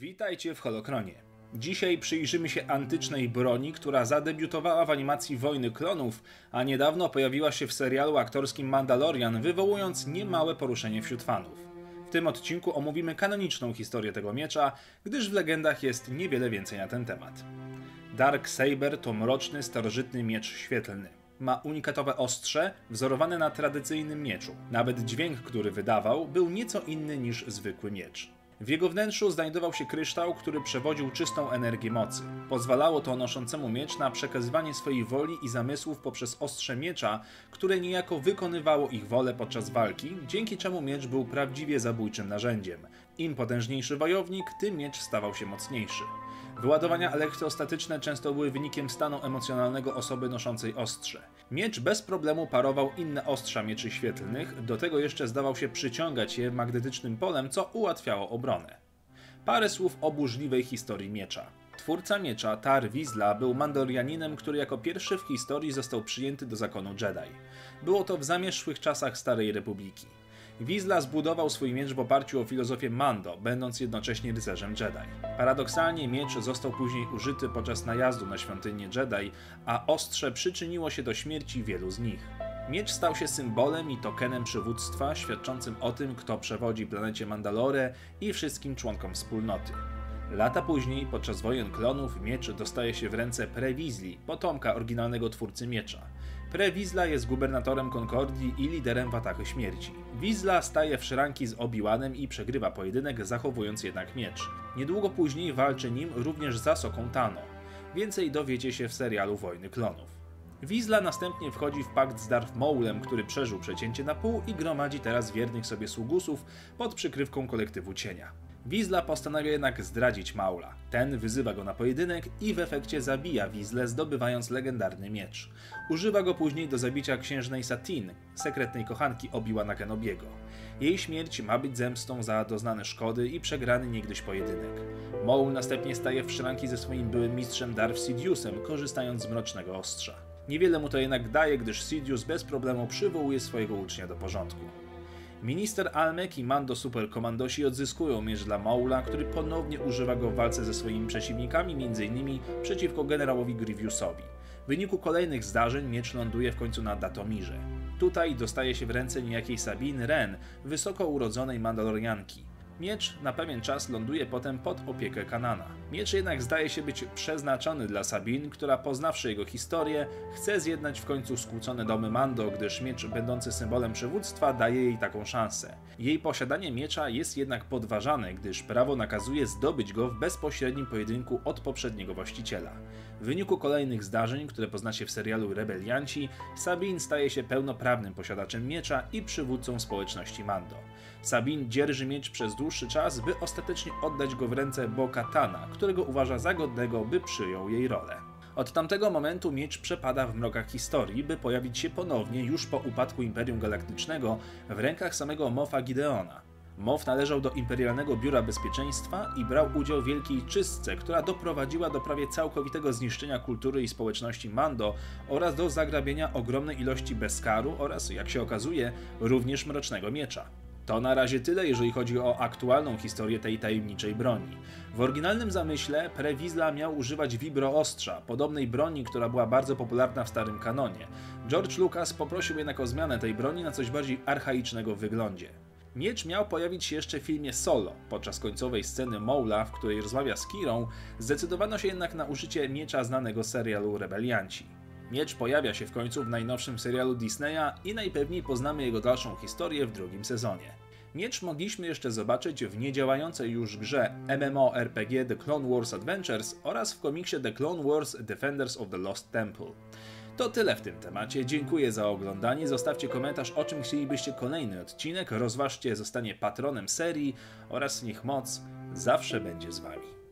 Witajcie w Holokronie. Dzisiaj przyjrzymy się antycznej broni, która zadebiutowała w animacji Wojny Klonów, a niedawno pojawiła się w serialu aktorskim Mandalorian, wywołując niemałe poruszenie wśród fanów. W tym odcinku omówimy kanoniczną historię tego miecza, gdyż w legendach jest niewiele więcej na ten temat. Darksaber to mroczny, starożytny miecz świetlny. Ma unikatowe ostrze, wzorowane na tradycyjnym mieczu. Nawet dźwięk, który wydawał, był nieco inny niż zwykły miecz. W jego wnętrzu znajdował się kryształ, który przewodził czystą energię mocy. Pozwalało to noszącemu miecz na przekazywanie swojej woli i zamysłów poprzez ostrze miecza, które niejako wykonywało ich wolę podczas walki, dzięki czemu miecz był prawdziwie zabójczym narzędziem. Im potężniejszy wojownik, tym miecz stawał się mocniejszy. Wyładowania elektrostatyczne często były wynikiem stanu emocjonalnego osoby noszącej ostrze. Miecz bez problemu parował inne ostrza mieczy świetlnych, do tego jeszcze zdawał się przyciągać je magnetycznym polem, co ułatwiało obronę. Parę słów o burzliwej historii miecza. Twórca miecza, Tar Vizsla, był Mandalorianinem, który jako pierwszy w historii został przyjęty do zakonu Jedi. Było to w zamierzchłych czasach Starej Republiki. Vizsla zbudował swój miecz w oparciu o filozofię Mando, będąc jednocześnie rycerzem Jedi. Paradoksalnie miecz został później użyty podczas najazdu na świątynię Jedi, a ostrze przyczyniło się do śmierci wielu z nich. Miecz stał się symbolem i tokenem przywództwa, świadczącym o tym, kto przewodzi planecie Mandalore i wszystkim członkom wspólnoty. Lata później, podczas wojen klonów, miecz dostaje się w ręce Pre Vizsli, potomka oryginalnego twórcy miecza. Pre Vizsla jest gubernatorem Konkordii i liderem Watachy Śmierci. Vizsla staje w szranki z Obi-Wanem i przegrywa pojedynek, zachowując jednak miecz. Niedługo później walczy nim również z Ahsoką Tano. Więcej dowiecie się w serialu Wojny Klonów. Vizsla następnie wchodzi w pakt z Darth Maulem, który przeżył przecięcie na pół i gromadzi teraz wiernych sobie sługusów pod przykrywką kolektywu cienia. Vizsla postanawia jednak zdradzić Maula. Ten wyzywa go na pojedynek i w efekcie zabija Vizslę, zdobywając legendarny miecz. Używa go później do zabicia księżnej Satine, sekretnej kochanki Obi-Wana Kenobiego. Jej śmierć ma być zemstą za doznane szkody i przegrany niegdyś pojedynek. Maul następnie staje w szranki ze swoim byłym mistrzem Darth Sidiousem, korzystając z mrocznego ostrza. Niewiele mu to jednak daje, gdyż Sidious bez problemu przywołuje swojego ucznia do porządku. Minister Almec i Mando Superkomandosi odzyskują miecz dla Maula, który ponownie używa go w walce ze swoimi przeciwnikami, m.in. przeciwko generałowi Grievousowi. W wyniku kolejnych zdarzeń miecz ląduje w końcu na Datomirze. Tutaj dostaje się w ręce niejakiej Sabine Wren, wysoko urodzonej Mandalorianki. Miecz na pewien czas ląduje potem pod opiekę Kanana. Miecz jednak zdaje się być przeznaczony dla Sabine, która poznawszy jego historię, chce zjednać w końcu skłócone domy Mando, gdyż miecz będący symbolem przywództwa daje jej taką szansę. Jej posiadanie miecza jest jednak podważane, gdyż prawo nakazuje zdobyć go w bezpośrednim pojedynku od poprzedniego właściciela. W wyniku kolejnych zdarzeń, które poznacie w serialu Rebelianci, Sabine staje się pełnoprawnym posiadaczem miecza i przywódcą społeczności Mando. Sabine dzierży miecz przez dłuższy czas, by ostatecznie oddać go w ręce Bo-Katana, którego uważa za godnego, by przyjął jej rolę. Od tamtego momentu miecz przepada w mrokach historii, by pojawić się ponownie już po upadku Imperium Galaktycznego w rękach samego Moffa Gideona. Moff należał do Imperialnego Biura Bezpieczeństwa i brał udział w wielkiej czystce, która doprowadziła do prawie całkowitego zniszczenia kultury i społeczności Mando oraz do zagrabienia ogromnej ilości Beskaru oraz, jak się okazuje, również Mrocznego Miecza. To na razie tyle, jeżeli chodzi o aktualną historię tej tajemniczej broni. W oryginalnym zamyśle Pre Vizsla miał używać vibroostrza, podobnej broni, która była bardzo popularna w starym kanonie. George Lucas poprosił jednak o zmianę tej broni na coś bardziej archaicznego w wyglądzie. Miecz miał pojawić się jeszcze w filmie Solo. Podczas końcowej sceny Maula, w której rozmawia z Kirą, zdecydowano się jednak na użycie miecza znanego z serialu Rebelianci. Miecz pojawia się w końcu w najnowszym serialu Disneya i najpewniej poznamy jego dalszą historię w drugim sezonie. Miecz mogliśmy jeszcze zobaczyć w niedziałającej już grze MMORPG The Clone Wars Adventures oraz w komiksie The Clone Wars Defenders of the Lost Temple. To tyle w tym temacie, dziękuję za oglądanie, zostawcie komentarz, o czym chcielibyście kolejny odcinek, rozważcie zostanie patronem serii oraz niech moc zawsze będzie z wami.